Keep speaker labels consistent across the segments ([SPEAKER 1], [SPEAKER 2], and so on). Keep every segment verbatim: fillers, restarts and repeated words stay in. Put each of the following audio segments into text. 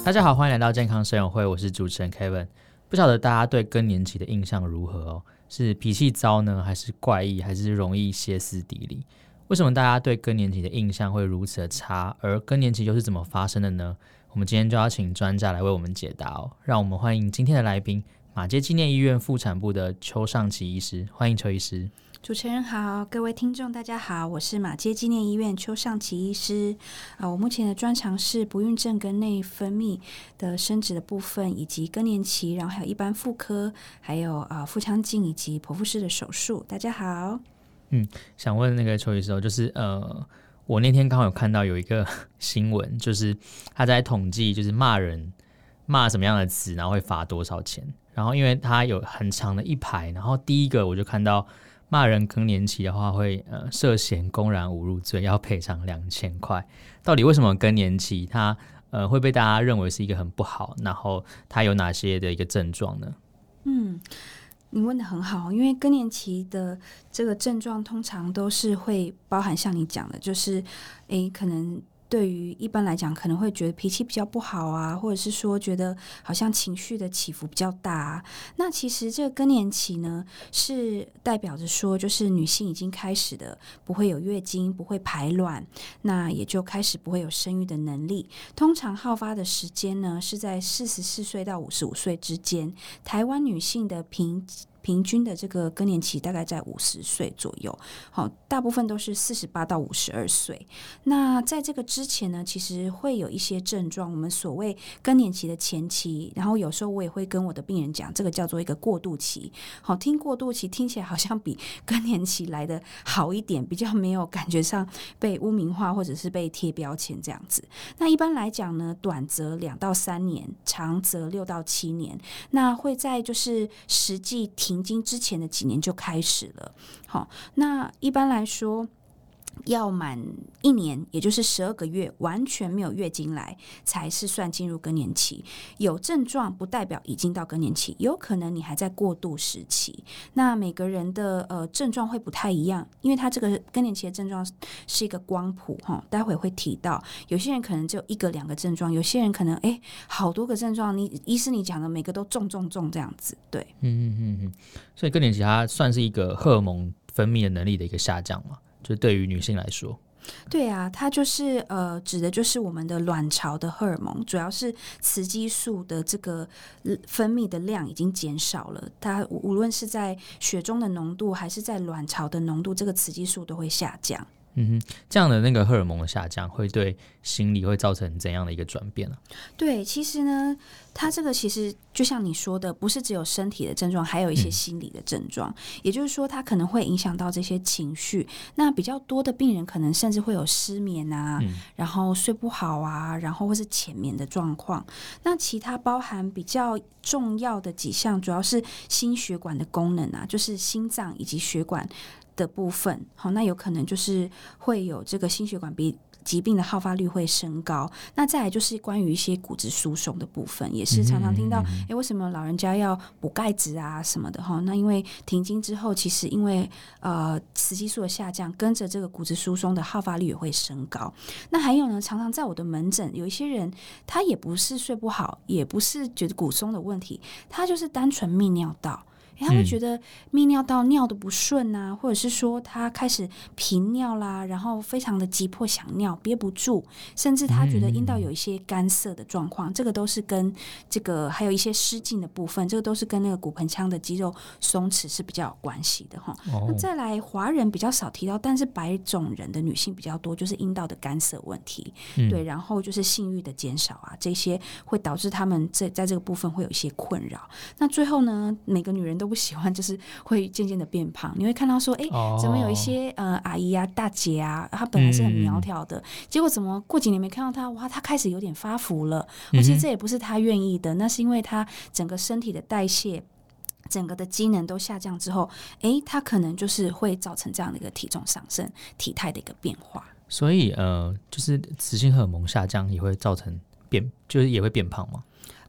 [SPEAKER 1] 大家好，欢迎来到健康生友会，我是主持人 Kevin。 不晓得大家对更年期的印象如何哦？是脾气糟呢，还是怪异，还是容易歇斯底里？为什么大家对更年期的印象会如此的差？而更年期又是怎么发生的呢？我们今天就要请专家来为我们解答哦。让我们欢迎今天的来宾，马偕纪念医院妇产部的邱尚琪医师。欢迎邱医师。
[SPEAKER 2] 主持人好，各位听众大家好，我是马偕纪念医院邱尚琪医师、呃、我目前的专长是不孕症跟内分泌的生殖的部分，以及更年期，然后还有一般妇科，还有、呃、腹腔镜以及剖腹式的手术。大家好。
[SPEAKER 1] 嗯，想问那个邱医师，就是呃，我那天刚好有看到有一个新闻，就是他在统计，就是骂人骂什么样的词，然后会罚多少钱。然后因为他有很长的一排，然后第一个我就看到骂人更年期的话会呃涉嫌公然侮辱罪，要赔偿两千块。到底为什么更年期它呃会被大家认为是一个很不好？然后它有哪些的一个症状呢？
[SPEAKER 2] 嗯。你问得很好，因为更年期的这个症状通常都是会包含像你讲的，就是诶可能对于一般来讲可能会觉得脾气比较不好啊，或者是说觉得好像情绪的起伏比较大啊。那其实这个更年期呢，是代表着说就是女性已经开始的不会有月经，不会排卵，那也就开始不会有生育的能力。通常好发的时间呢是在四十四岁到五十五岁之间，台湾女性的平平均的这个更年期大概在五十岁左右，好，大部分都是四十八到五十二岁。那在这个之前呢，其实会有一些症状，我们所谓更年期的前期，然后有时候我也会跟我的病人讲，这个叫做一个过渡期。好，听过渡期听起来好像比更年期来的好一点，比较没有感觉上被污名化或者是被贴标签这样子。那一般来讲呢，短则两到三年，长则六到七年，那会在就是实际停经之前的几年就开始了。好，那一般来说要满一年，也就是十二个月，完全没有月经来，才是算进入更年期。有症状不代表已经到更年期，有可能你还在过渡时期。那每个人的呃症状会不太一样，因为他这个更年期的症状是一个光谱哈，待会会提到。有些人可能只有一个两个症状，有些人可能哎好多个症状，你医师你讲的每个都重重重这样子，对。
[SPEAKER 1] 嗯嗯嗯嗯，所以更年期它算是一个荷尔蒙分泌的能力的一个下降嘛？就对于女性来说，
[SPEAKER 2] 对啊，它就是呃，指的就是我们的卵巢的荷尔蒙，主要是雌激素的这个分泌的量已经减少了。它无论是在血中的浓度，还是在卵巢的浓度，这个雌激素都会下降。
[SPEAKER 1] 嗯哼，这样的那个荷尔蒙的下降会对心理会造成怎样的一个转变呢？
[SPEAKER 2] 对，其实呢，它这个其实就像你说的，不是只有身体的症状，还有一些心理的症状。嗯、也就是说，它可能会影响到这些情绪。那比较多的病人可能甚至会有失眠啊，嗯、然后睡不好啊，然后或是浅眠的状况。那其他包含比较重要的几项，主要是心血管的功能啊，就是心脏以及血管的部分。好，那有可能就是会有这个心血管比疾病的好发率会升高。那再来就是关于一些骨质疏松的部分，也是常常听到哎、嗯嗯嗯，为什么老人家要补钙质啊什么的哈？那因为停经之后，其实因为呃雌激素的下降，跟着这个骨质疏松的好发率也会升高。那还有呢，常常在我的门诊有一些人，他也不是睡不好，也不是觉得骨松的问题，他就是单纯泌尿道。他会觉得泌尿道尿的不顺啊，或者是说他开始频尿啦，然后非常的急迫想尿憋不住，甚至他觉得阴道有一些干涩的状况，这个都是跟这个还有一些失禁的部分，这个都是跟那个骨盆腔的肌肉松弛是比较有关系的哈。哦、那再来华人比较少提到，但是白种人的女性比较多，就是阴道的干涩问题，嗯、对，然后就是性欲的减少啊，这些会导致他们在在这个部分会有一些困扰。那最后呢，每个女人都不喜欢就是会渐渐的变胖，你会看到说哎、欸，怎么有一些呃阿姨啊大姐啊，她本来是很苗条的、嗯、结果怎么过几年没看到她，哇，她开始有点发福了、嗯、其实这也不是她愿意的，那是因为她整个身体的代谢整个的机能都下降之后，哎，她可能就是会造成这样的一个体重上升体态的一个变化。
[SPEAKER 1] 所以呃，就是雌性荷尔蒙下降也会造成变，就是也会变胖吗？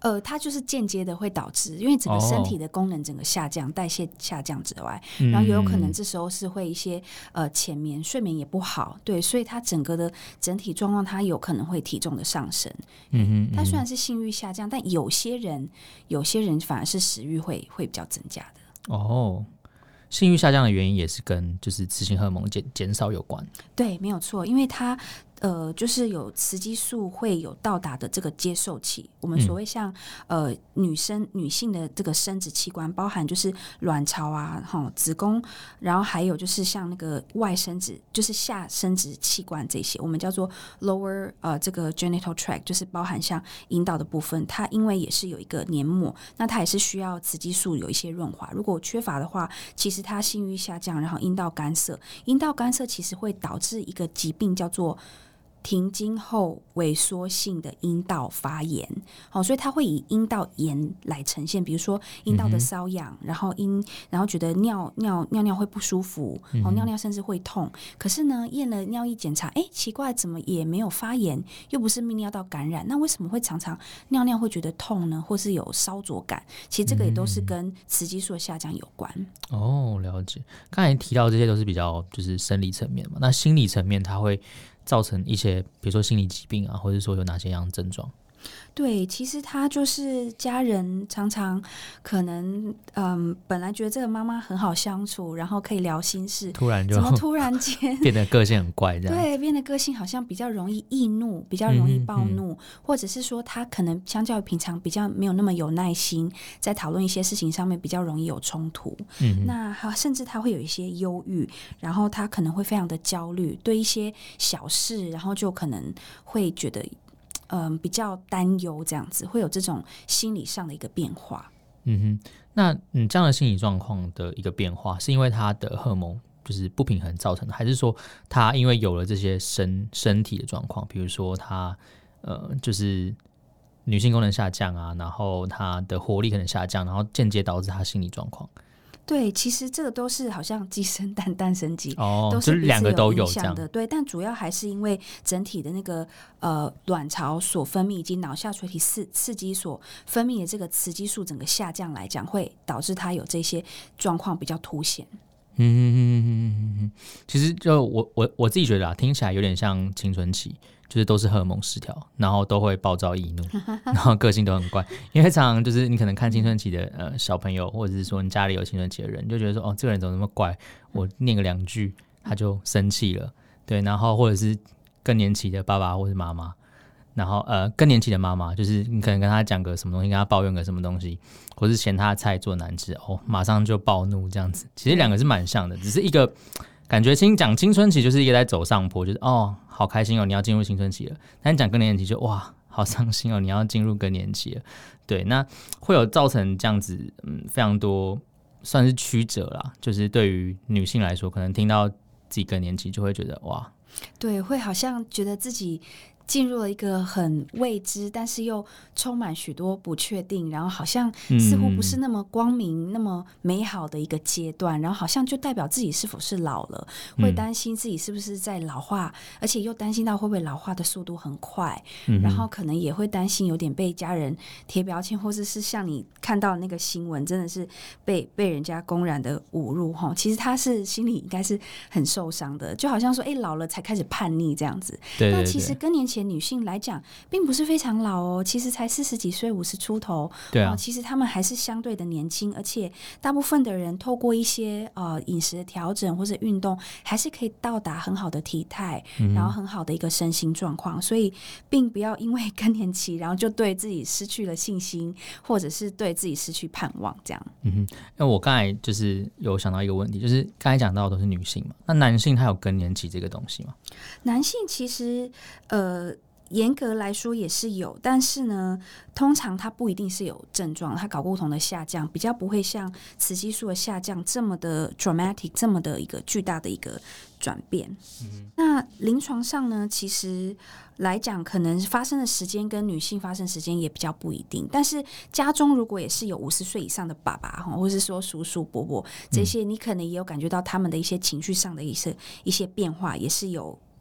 [SPEAKER 2] 呃，它就是间接的会导致，因为整个身体的功能整个下降，代谢下降之外，然后也有可能这时候是会一些呃浅眠睡眠也不好，对，所以它整个的整体状况，它有可能会体重的上升。嗯哼，它虽然是性欲下降，但有些人有些人反而是食欲会会比较增加的。
[SPEAKER 1] 哦，性欲下降的原因也是跟就是雌性荷尔蒙减减少有关。
[SPEAKER 2] 对，没有错，因为它呃，就是有雌激素会有到达的这个接受器，我们所谓像、嗯、呃女生女性的这个生殖器官，包含就是卵巢啊、齁子宫，然后还有就是像那个外生殖，就是下生殖器官这些，我们叫做 lower 呃这个 genital tract， 就是包含像阴道的部分，它因为也是有一个黏膜，那它也是需要雌激素有一些润滑，如果缺乏的话，其实它性欲下降，然后阴道干涩，阴道干涩其实会导致一个疾病叫做停经后萎缩性的阴道发炎、哦、所以它会以阴道炎来呈现，比如说阴道的瘙痒、嗯、然后阴然后觉得尿尿尿尿会不舒服、哦、尿尿甚至会痛、嗯、可是呢验了尿液检查，哎，奇怪，怎么也没有发炎，又不是泌尿道感染，那为什么会常常尿尿会觉得痛呢，或是有烧灼感？其实这个也都是跟雌激素的下降有关。
[SPEAKER 1] 哦，了解。刚才提到这些都是比较就是生理层面嘛，那心理层面它会造成一些比如说心理疾病啊，或者说有哪些样的症状？
[SPEAKER 2] 对，其实他就是家人常常可能嗯，本来觉得这个妈妈很好相处，然后可以聊心事，
[SPEAKER 1] 突然就
[SPEAKER 2] 怎么突然间
[SPEAKER 1] 变得个性很怪这样？
[SPEAKER 2] 对，变得个性好像比较容易易怒，比较容易暴怒、嗯、或者是说他可能相较于平常比较没有那么有耐心，在讨论一些事情上面比较容易有冲突、嗯、那甚至他会有一些忧郁，然后他可能会非常的焦虑，对一些小事然后就可能会觉得嗯，比较担忧，这样子会有这种心理上的一个变化。
[SPEAKER 1] 嗯哼，那嗯，这样的心理状况的一个变化，是因为他的荷尔蒙就是不平衡造成的，还是说他因为有了这些身身体的状况，比如说他呃，就是女性功能下降啊，然后他的活力可能下降，然后间接导致他心理状况？
[SPEAKER 2] 对，其实这个都是好像鸡生蛋，蛋生鸡，
[SPEAKER 1] 哦，
[SPEAKER 2] 都是
[SPEAKER 1] 两个都有
[SPEAKER 2] 影响的。对，但主要还是因为整体的那个呃卵巢所分泌以及脑下垂体刺刺激所分泌的这个雌激素整个下降来讲，会导致它有这些状况比较凸显。
[SPEAKER 1] 嗯嗯嗯嗯嗯，其实就我我我自己觉得啊，听起来有点像青春期，就是都是荷尔蒙失调，然后都会暴躁易怒，然后个性都很怪。因为常常就是你可能看青春期的呃小朋友，或者是说你家里有青春期的人，你就觉得说哦，这个人怎么那么怪？我念个两句他就生气了，对，然后或者是更年期的爸爸或是妈妈。然后呃，更年期的妈妈，就是你可能跟他讲个什么东西，跟他抱怨个什么东西，或是嫌他的菜做难吃，哦，马上就暴怒这样子。其实两个是蛮像的，只是一个感觉青讲青春期就是一个在走上坡，就是哦好开心哦，你要进入青春期了。但讲更年期就哇好伤心哦，你要进入更年期了。对，那会有造成这样子嗯非常多算是曲折啦，就是对于女性来说，可能听到自己更年期就会觉得哇，
[SPEAKER 2] 对，会好像觉得自己进入了一个很未知，但是又充满许多不确定，然后好像似乎不是那么光明、嗯、那么美好的一个阶段，然后好像就代表自己是否是老了，会担心自己是不是在老化、嗯、而且又担心到会不会老化的速度很快、嗯、然后可能也会担心有点被家人贴标签，或者是像你看到那个新闻真的是被被人家公然的侮辱，其实他是心里应该是很受伤的，就好像说哎，老了才开始叛逆这样子。
[SPEAKER 1] 对对对，
[SPEAKER 2] 那其实更年期女性来讲并不是非常老哦，其实才四十几岁五十出头。
[SPEAKER 1] 对啊、
[SPEAKER 2] 哦，其实他们还是相对的年轻，而且大部分的人透过一些呃饮食的调整或者运动还是可以到达很好的体态、嗯、然后很好的一个身心状况，所以并不要因为更年期然后就对自己失去了信心，或者是对自己失去盼望这样。
[SPEAKER 1] 嗯哼，那我刚才就是有想到一个问题，就是刚才讲到的都是女性嘛，那男性他有更年期这个东西吗？
[SPEAKER 2] 男性其实呃严格来说也是有，但是呢通常它不一定是有症状，它睾固酮的下降比较不会像雌激素的下降这么的 dramatic， 这么的一个巨大的一个转变、嗯、那临床上呢其实来讲可能发生的时间跟女性发生时间也比较不一定，但是家中如果也是有五十岁以上的爸爸或是说叔叔伯伯这些、嗯、你可能也有感觉到他们的一些情绪上的一些一些变化，也是有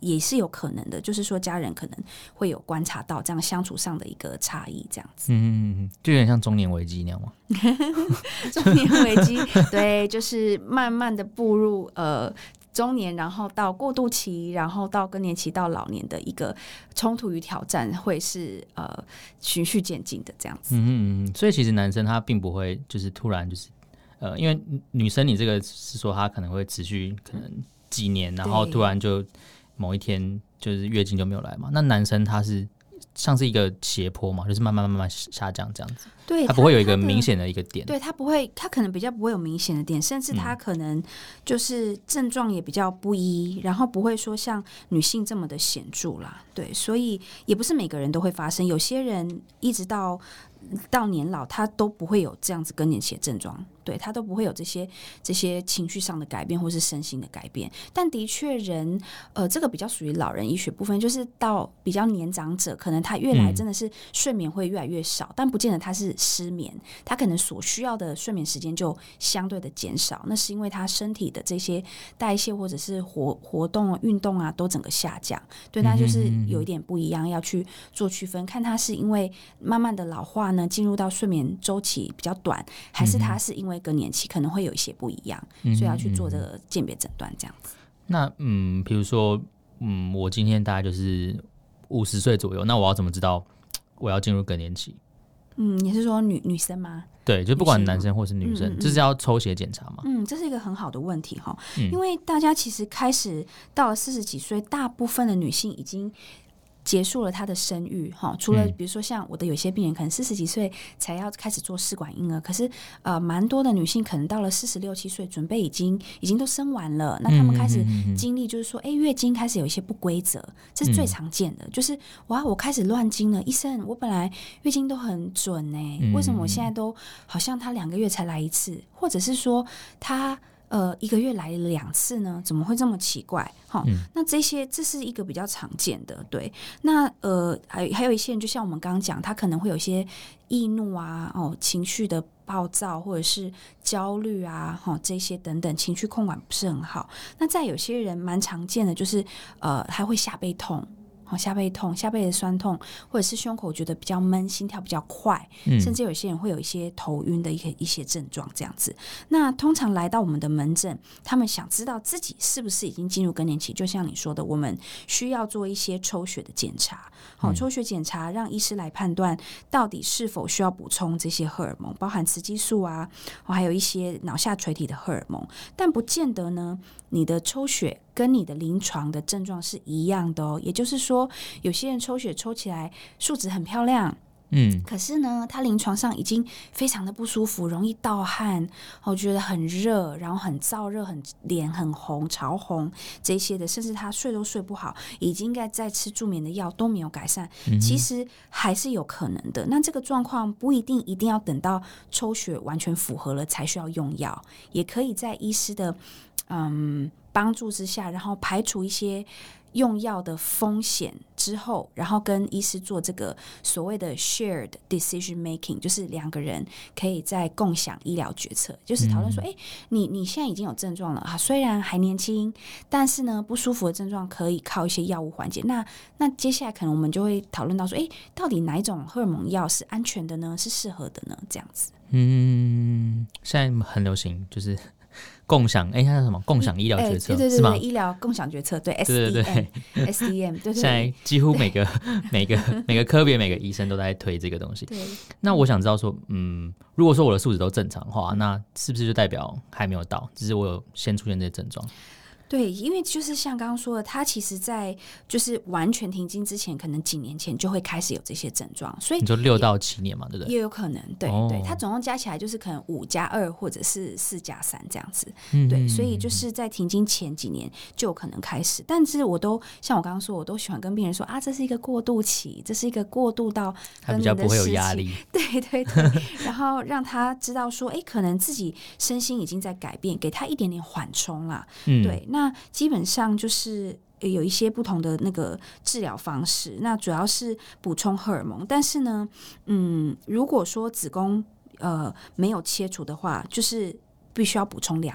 [SPEAKER 2] 也是有可能的，就是说家人可能会有观察到这样相处上的一个差异，这样子。
[SPEAKER 1] 嗯，就有点像中年危机那样吗？
[SPEAKER 2] 中年危机，对，就是慢慢的步入呃中年，然后到过渡期，然后到更年期，到老年的一个冲突与挑战，会是呃循序渐进的这样子。
[SPEAKER 1] 嗯嗯，所以其实男生他并不会就是突然就是呃，因为女生你这个是说他可能会持续可能几年，然后突然就某一天就是月经就没有来嘛。那男生他是像是一个斜坡嘛，就是慢慢慢慢下降这样子。
[SPEAKER 2] 对，
[SPEAKER 1] 他不会有一个明显的一个点。
[SPEAKER 2] 对，他不会，他可能比较不会有明显的点，甚至他可能就是症状也比较不一，然后不会说像女性这么的显著啦。对，所以也不是每个人都会发生，有些人一直到到年老，他都不会有这样子更年期的症状，对，他都不会有这些这些情绪上的改变或是身心的改变。但的确人，呃，这个比较属于老人医学部分，就是到比较年长者，可能他越来真的是睡眠会越来越少，嗯、但不见得他是失眠，他可能所需要的睡眠时间就相对的减少。那是因为他身体的这些代谢或者是活活动、运动啊，都整个下降。对，那就是有一点不一样，要去做区分，看他是因为慢慢的老化呢，进入到睡眠周期比较短，还是他是因为更年期可能会有一些不一样，所以要去做这个鉴别诊断这样子。
[SPEAKER 1] 那嗯，比如说嗯，我今天大概就是五十岁左右，那我要怎么知道我要进入更年期？
[SPEAKER 2] 嗯，你是说女女生吗？
[SPEAKER 1] 对，就不管男生或是女生，嗯嗯嗯，这是要抽血检查吗？
[SPEAKER 2] 嗯，这是一个很好的问题哈，嗯，因为大家其实开始到了四十几岁，大部分的女性已经结束了她的生育哈，除了比如说像我的有些病人可能四十几岁才要开始做试管婴儿，可是呃蛮多的女性可能到了四十六七岁，准备已经已经都生完了，那她们开始经历就是说，哎、欸，月经开始有一些不规则，这是最常见的，就是哇，我开始乱经了，医生，我本来月经都很准哎、欸，为什么我现在都好像她两个月才来一次，或者是说她呃，一个月来两次呢？怎么会这么奇怪？哈、嗯，那这些这是一个比较常见的，对。那呃，还还有一些人，就像我们刚刚讲，他可能会有一些易怒啊，哦，情绪的暴躁，或者是焦虑啊，哈、哦，这些等等，情绪控管不是很好。那在有些人蛮常见的，就是呃，还会下背痛。下背痛、下背的酸痛，或者是胸口觉得比较闷、心跳比较快，嗯、甚至有些人会有一些头晕的一些一些症状，这样子。那通常来到我们的门诊，他们想知道自己是不是已经进入更年期，就像你说的，我们需要做一些抽血的检查。好、嗯，抽血检查让医师来判断到底是否需要补充这些荷尔蒙，包含雌激素啊，还有一些脑下垂体的荷尔蒙，但不见得呢。你的抽血跟你的临床的症状是一样的哦，也就是说，有些人抽血抽起来数值很漂亮，嗯，可是呢，他临床上已经非常的不舒服，容易盗汗，我觉得很热，然后很燥热，很脸很红、潮红这些的，甚至他睡都睡不好，已经应该在吃助眠的药都没有改善，嗯、其实还是有可能的。那这个状况不一定一定要等到抽血完全符合了才需要用药，也可以在医师的嗯帮助之下，然后排除一些用药的风险之后，然后跟医师做这个所谓的 shared decision making， 就是两个人可以在共享医疗决策，就是讨论说，哎、嗯，你你现在已经有症状了啊，虽然还年轻，但是呢，不舒服的症状可以靠一些药物缓解。那那接下来可能我们就会讨论到说，哎，到底哪一种荷尔蒙药是安全的呢？是适合的呢？这样子。嗯，
[SPEAKER 1] 现在很流行，就是。共享哎，它叫什么？共享医疗决策、
[SPEAKER 2] 欸、对对对
[SPEAKER 1] 是吗？
[SPEAKER 2] 医疗共享决策，对 S D M，
[SPEAKER 1] 对对
[SPEAKER 2] 对 S D M， 对对对。
[SPEAKER 1] 现在几乎每个每个每个科别每个医生都在推这个东西。
[SPEAKER 2] 对。
[SPEAKER 1] 那我想知道说，嗯，如果说我的数值都正常的话，那是不是就代表还没有到？只是我有先出现这些症状？
[SPEAKER 2] 对，因为就是像刚刚说的，他其实在就是完全停经之前，可能几年前就会开始有这些症状，所以
[SPEAKER 1] 你说六到七年嘛，对不对？
[SPEAKER 2] 也有可能，对、哦、对，他总共加起来就是可能五加二或者是四加三这样子，嗯、对，所以就是在停经前几年就有可能开始，但是我都像我刚刚说，我都喜欢跟病人说啊，这是一个过渡期，这是一个过渡到
[SPEAKER 1] 他比较不会有压力，
[SPEAKER 2] 对对对，然后让他知道说，哎，可能自己身心已经在改变，给他一点点缓冲啦，嗯、对，那。那基本上就是有一些不同的那个治疗方式，那主要是补充荷尔蒙，但是呢，嗯，如果说子宫呃没有切除的话，就是必须要补充两种，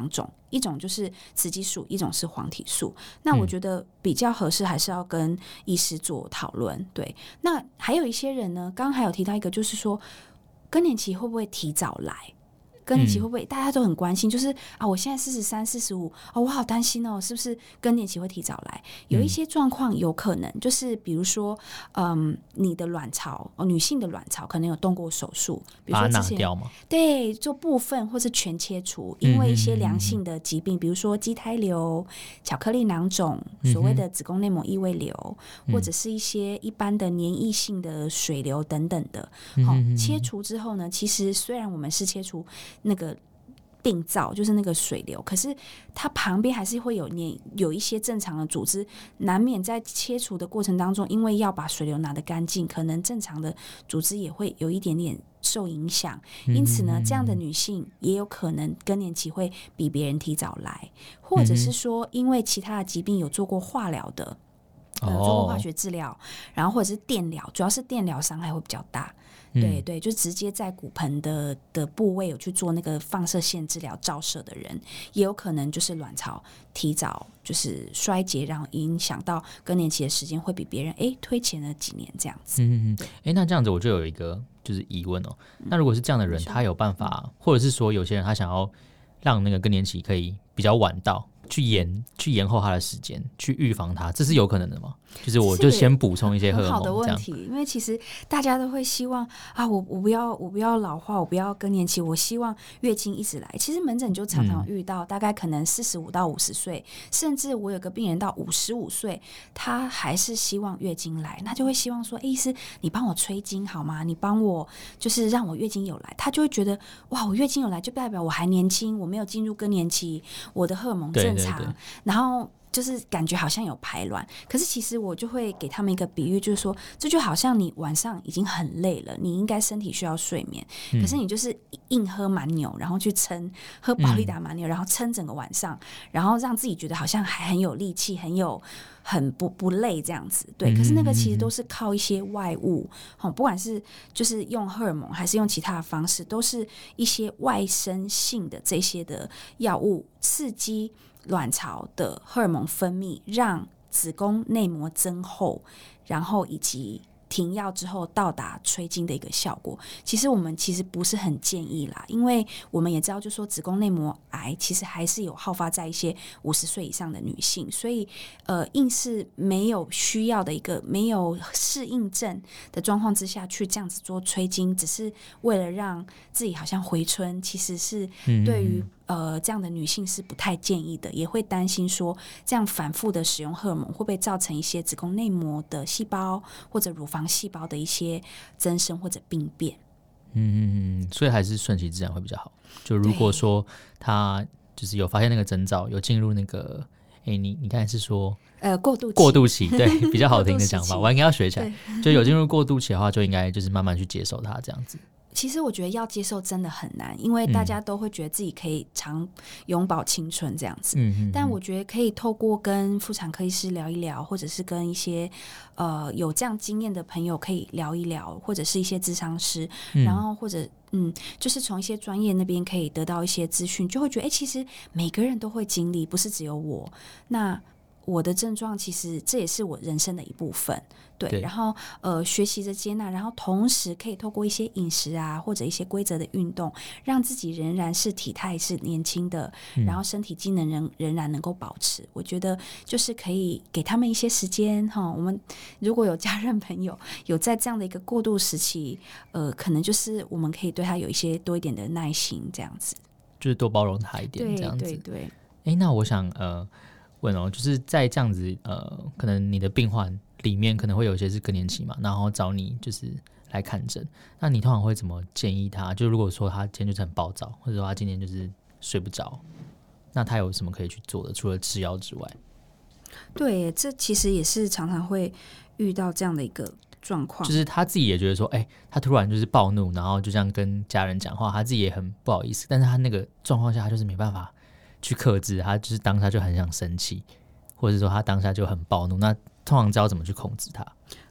[SPEAKER 2] 一种就是雌激素，一种是黄体素。那我觉得比较合适还是要跟医师做讨论。对，那还有一些人呢，刚刚还有提到一个，就是说更年期会不会提早来？更年期会不会、嗯、大家都很关心，就是啊，我现在四十三、四十五，哦，我好担心哦，是不是更年期会提早来？有一些状况有可能，就是比如说，嗯，你的卵巢，哦，女性的卵巢可能有动过手术，比如说之前
[SPEAKER 1] 把它拿掉吗？
[SPEAKER 2] 对，做部分或是全切除，因为一些良性的疾病，嗯、比如说肌胎瘤、巧克力囊肿、所谓的子宫内膜异位瘤，嗯、或者是一些一般的黏液性的水瘤等等的。好、嗯哦，切除之后呢，其实虽然我们是切除那个病灶，就是那个水流，可是它旁边还是会有黏有一些正常的组织，难免在切除的过程当中，因为要把水流拿得干净，可能正常的组织也会有一点点受影响。因此呢，这样的女性也有可能更年期会比别人提早来，或者是说因为其他的疾病有做过化疗的，呃，做过化学治疗，然后或者是电疗，主要是电疗伤害会比较大。对对，就直接在骨盆的的部位有去做那个放射线治疗照射的人，也有可能就是卵巢提早就是衰竭，然后影响到更年期的时间会比别人哎推前了几年这样子。
[SPEAKER 1] 嗯嗯，哎，那这样子我就有一个就是疑问哦，那如果是这样的人，他有办法，或者是说有些人他想要让那个更年期可以比较晚到，去延去延后他的时间，去预防他，这是有可能的吗？就是我就先补充一些荷尔蒙，
[SPEAKER 2] 很好的问题，因为其实大家都会希望啊，我我不要我不要老化，我不要更年期，我希望月经一直来。其实门诊就常常遇到，嗯、大概可能四十五到五十岁，甚至我有个病人到五十五岁，他还是希望月经来，他就会希望说，哎，医师你帮我催经好吗？你帮我就是让我月经有来，他就会觉得哇，我月经有来就代表我还年轻，我没有进入更年期，我的荷尔蒙正常，对对对，然后就是感觉好像有排卵，可是其实我就会给他们一个比喻，就是说这就好像你晚上已经很累了，你应该身体需要睡眠，嗯、可是你就是硬喝蛮牛，然后去撑喝保力达蛮牛，然后撑整个晚上，然后让自己觉得好像还很有力气，很有很不不累这样子。对，可是那个其实都是靠一些外物，哦、不管是就是用荷尔蒙还是用其他的方式，都是一些外生性的这些的药物刺激卵巢的荷尔蒙分泌，让子宫内膜增厚，然后以及停药之后到达催经的一个效果。其实我们其实不是很建议啦，因为我们也知道就说子宫内膜癌其实还是有好发在一些五十岁以上的女性，所以呃硬是没有需要的一个没有适应症的状况之下去这样子做催经，只是为了让自己好像回春，其实是对于呃这样的女性是不太建议的，也会担心说这样反复的使用荷尔蒙会不会造成一些子宫内膜的细胞或者乳房细胞的一些增生或者病变。
[SPEAKER 1] 嗯嗯，所以还是顺其自然会比较好。就如果说他就是有发现那个征兆，有进入那个，哎，你你刚才是说
[SPEAKER 2] 呃过渡期
[SPEAKER 1] 过渡期，对，比较好听的讲法，我应该要学起来。就有进入过渡期的话，就应该就是慢慢去接受它这样子。
[SPEAKER 2] 其实我觉得要接受真的很难，因为大家都会觉得自己可以长永葆青春这样子。嗯嗯嗯，但我觉得可以透过跟妇产科医师聊一聊，或者是跟一些呃有这样经验的朋友可以聊一聊，或者是一些咨商师，嗯、然后或者嗯，就是从一些专业那边可以得到一些资讯，就会觉得哎、欸，其实每个人都会经历，不是只有我。那我的症状其实这也是我人生的一部分， 对, 对然后呃学习着接纳，然后同时可以透过一些饮食啊或者一些规则的运动，让自己仍然是体态是年轻的、嗯、然后身体机能仍仍然能够保持。我觉得就是可以给他们一些时间哈。我们如果有家人朋友有在这样的一个过渡时期，呃可能就是我们可以对他有一些多一点的耐心，这样子
[SPEAKER 1] 就是多包容他一点，这样子。
[SPEAKER 2] 对对对。
[SPEAKER 1] 哎，那我想呃问哦，就是在这样子呃，可能你的病患里面可能会有一些是更年期嘛，然后找你就是来看诊，那你通常会怎么建议他？就如果说他今天就是很暴躁，或者说他今天就是睡不着，那他有什么可以去做的？除了吃药之外？
[SPEAKER 2] 对，这其实也是常常会遇到这样的一个状况，
[SPEAKER 1] 就是他自己也觉得说，哎、欸，他突然就是暴怒，然后就这样跟家人讲话，他自己也很不好意思，但是他那个状况下，他就是没办法去克制，他就是当下就很想生气，或者说他当下就很暴怒，那通常知道怎么去控制他？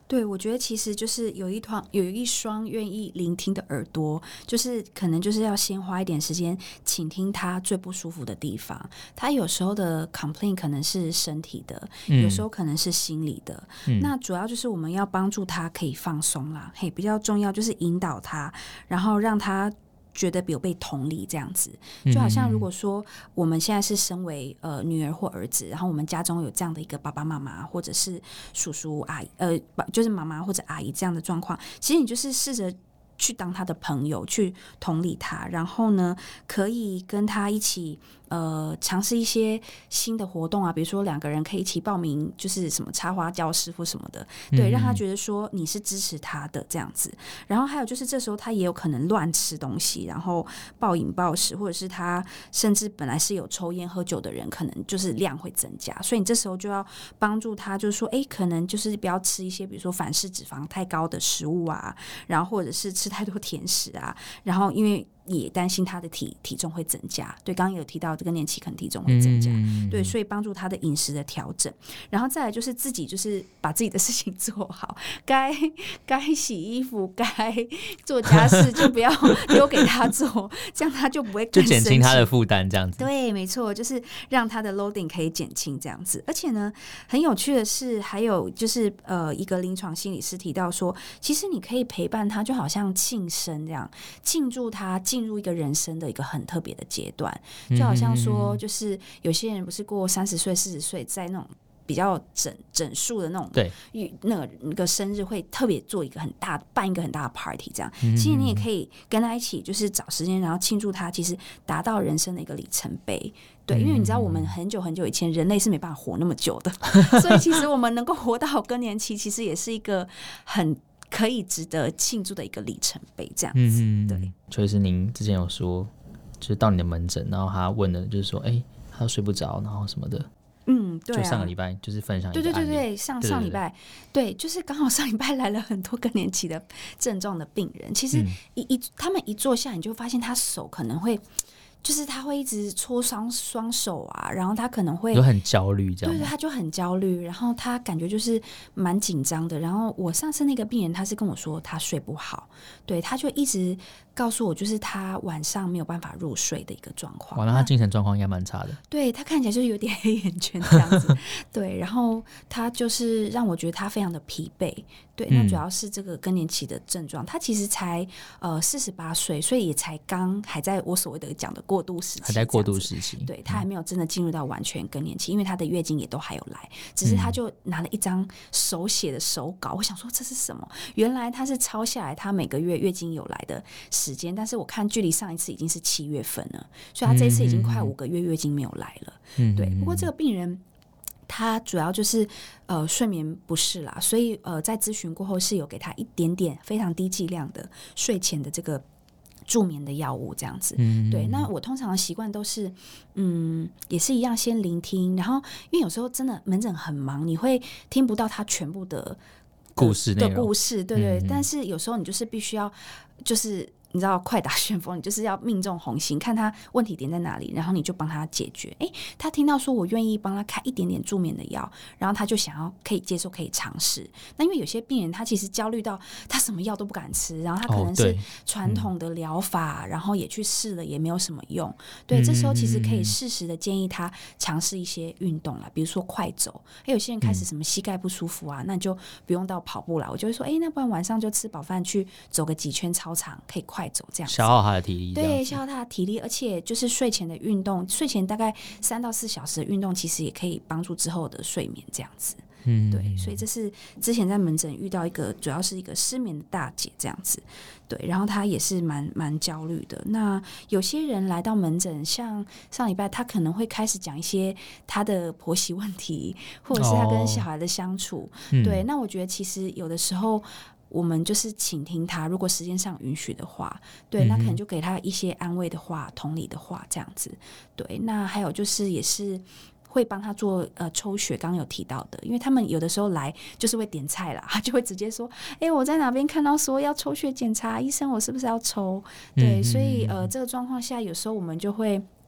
[SPEAKER 2] 对，我觉得其实就是有一双有一双愿意聆听的耳朵，就是可能就是要先花一点时间倾听他最不舒服的地方。他有时候的 complain 可能是身体的，
[SPEAKER 1] 嗯、
[SPEAKER 2] 有时候可能是心理的、嗯。那主要就是我们要帮助他可以放松啦，嘿，比较重要就是引导他，然后让他觉得有被同理这样子。就好像如果说我们现在是身为呃女儿或儿子，然后我们家中有这样的一个爸爸妈妈或者是叔叔阿姨，呃，就是妈妈或者阿姨这样的状况，其实你就是试着去当他的朋友，去同理他，然后呢可以跟他一起呃尝试一些新的活动啊，比如说两个人可以一起报名就是什么插花教室或什么的，对，让他觉得说你是支持他的这样子。然后还有就是这时候他也有可能乱吃东西，然后暴饮暴食，或者是他甚至本来是有抽烟喝酒的人，可能就是量会增加，所以你这时候就要帮助他，就是说哎，可能就是不要吃一些比如说反式脂肪太高的食物啊，然后或者是吃太多甜食啊，然后因为也担心他的体体重会增加，对，刚刚有提到更年期可能体重会增加、嗯、对，所以帮助他的饮食的调整，然后再来就是自己就是把自己的事情做好，该该洗衣服该做家事就不要丢给他做，这样他就不会更
[SPEAKER 1] 就减轻他的负担这样子。
[SPEAKER 2] 对，没错，就是让他的 loading 可以减轻这样子。而且呢很有趣的是还有就是呃一个临床心理师提到说，其实你可以陪伴他就好像庆生这样，庆祝他进入一个人生的一个很特别的阶段，就好像说就是有些人不是过三十岁四十岁在那种比较整整数的那种
[SPEAKER 1] 对
[SPEAKER 2] 那个那个生日会特别做一个很大办一个很大的 party 这样、嗯、其实你也可以跟他一起就是找时间然后庆祝他其实达到人生的一个里程碑。对，因为你知道我们很久很久以前人类是没办法活那么久的所以其实我们能够活到更年期其实也是一个很可以值得庆祝的一个里程碑这样子。嗯、对，
[SPEAKER 1] 崔医师您之前有说就是到你的门诊然后他问的就是说哎、欸，他都睡不着然后什么的。
[SPEAKER 2] 嗯，对、啊，
[SPEAKER 1] 就上个礼拜就是分享一个案例，
[SPEAKER 2] 对对对对，上上礼拜，对，就是刚好上礼拜来了很多更年期的症状的病人。其实一、嗯、一他们一坐下，你就发现他手可能会，就是他会一直搓双双手啊，然后他可能会
[SPEAKER 1] 就很焦虑这样，
[SPEAKER 2] 对对，他就很焦虑，然后他感觉就是蛮紧张的。然后我上次那个病人，他是跟我说他睡不好，对，他就一直告诉我，就是他晚上没有办法入睡的一个状况。
[SPEAKER 1] 哇，那他精神状况应该蛮差的。
[SPEAKER 2] 对，他看起来就是有点黑眼圈这样子。对，然后他就是让我觉得他非常的疲惫。对，那主要是这个更年期的症状。嗯、他其实才呃四十八岁，所以也才刚还在我所谓的讲的过渡时期，
[SPEAKER 1] 还在过渡时期。
[SPEAKER 2] 对，他还没有真的进入到完全更年期，因为他的月经也都还有来，只是他就拿了一张手写的手稿。我想说这是什么？原来他是抄下来他每个月月经有来的时间，但是我看距离上一次已经是七月份了，所以他这一次已经快五个月月经没有来了。嗯、对，不过这个病人他主要就是呃睡眠不适啦，所以呃在咨询过后是有给他一点点非常低剂量的睡前的这个助眠的药物这样子。嗯、对，那我通常的习惯都是嗯也是一样先聆听，然后因为有时候真的门诊很忙，你会听不到他全部的
[SPEAKER 1] 故事内容
[SPEAKER 2] 的故事，对对、嗯、但是有时候你就是必须要就是你知道快打旋风，你就是要命中红心，看他问题点在哪里，然后你就帮他解决。诶，他听到说我愿意帮他开一点点助眠的药，然后他就想要可以接受可以尝试。那因为有些病人他其实焦虑到他什么药都不敢吃，然后他可能是传统的疗法、哦嗯、然后也去试了也没有什么用。对，这时候其实可以适时的建议他尝试一些运动啦，比如说快走。诶，有些人开始什么膝盖不舒服啊、嗯、那你就不用到跑步啦，我就会说诶，那不然晚上就吃饱饭去走个几圈操场，可以快走这样
[SPEAKER 1] 消耗他的体力。
[SPEAKER 2] 对，消耗他的体力，而且就是睡前的运动，睡前大概三到四小时的运动其实也可以帮助之后的睡眠这样子。嗯，对，所以这是之前在门诊遇到一个主要是一个失眠的大姐这样子。对，然后她也是蛮蛮焦虑的。那有些人来到门诊，像上礼拜她可能会开始讲一些她的婆媳问题，或者是她跟小孩的相处、哦、对、嗯、那我觉得其实有的时候我们就是倾听他，如果时间上允许的话，对，那可能就给他一些安慰的话、同理的话这样子。对，那还有就是也是会帮他做呃抽血，刚刚有提到的，因为他们有的时候来就是会点菜啦，他就会直接说，哎、欸，我在哪边看到说要抽血检查，医生我是不是要抽？对，嗯、所以呃这个状况下，有时候我们就会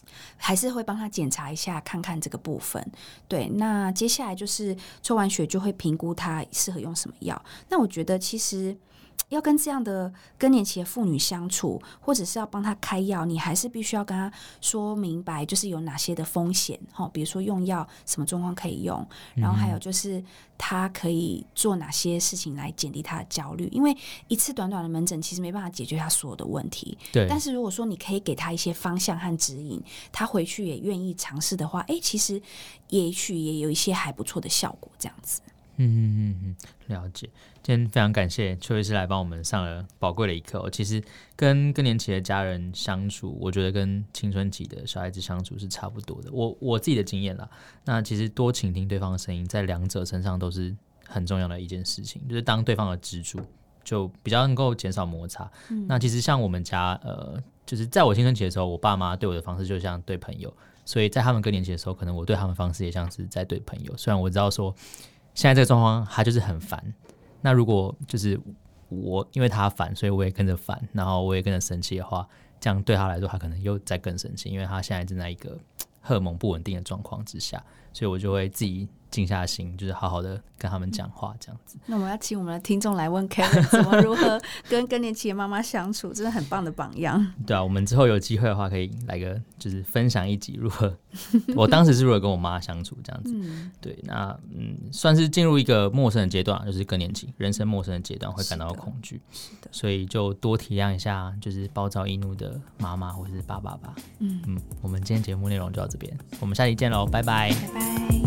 [SPEAKER 2] 还是会帮他检查一下，看看这个部分。对，那接下来就是抽完血就会评估他适合用什么药。那我觉得其实要跟这样的更年期的妇女相处，或者是要帮她开药，你还是必须要跟她说明白，就是有哪些的风险，比如说用药什么状况可以用，然后还有就是她可以做哪些事情来减低她的焦虑。因为一次短短的门诊其实没办法解决她所有的问题，
[SPEAKER 1] 对。
[SPEAKER 2] 但是如果说你可以给她一些方向和指引，她回去也愿意尝试的话，哎，其实也许也有一些还不错的效果，这样子。
[SPEAKER 1] 嗯嗯嗯，了解。今天非常感谢邱医师来帮我们上了宝贵的一课、哦、其实跟更年期的家人相处，我觉得跟青春期的小孩子相处是差不多的。我我自己的经验啦，那其实多倾听对方的声音，在两者身上都是很重要的一件事情，就是当对方的支柱，就比较能够减少摩擦、嗯、那其实像我们家呃，就是在我青春期的时候，我爸妈对我的方式就像对朋友，所以在他们更年期的时候，可能我对他们的方式也像是在对朋友。虽然我知道说现在这个状况他就是很烦，那如果就是我因为他烦，所以我也跟着烦，然后我也跟着生气的话，这样对他来说他可能又再更生气，因为他现在正在一个荷尔蒙不稳定的状况之下，所以我就会自己静下心，就是好好的跟他们讲话这样子。
[SPEAKER 2] 那我们要请我们的听众来问 Kevin 怎么如何跟更年期的妈妈相处，真的很棒的榜样。
[SPEAKER 1] 对啊，我们之后有机会的话可以来个就是分享一集如何我当时是如何跟我妈相处这样子、嗯、对，那嗯，算是进入一个陌生的阶段，就是更年期人生陌生的阶段会感到恐惧，所以就多体谅一下就是暴躁易怒的妈妈或是爸爸吧。 嗯, 嗯我们今天节目内容就到这边，我们下期见咯，拜拜拜拜。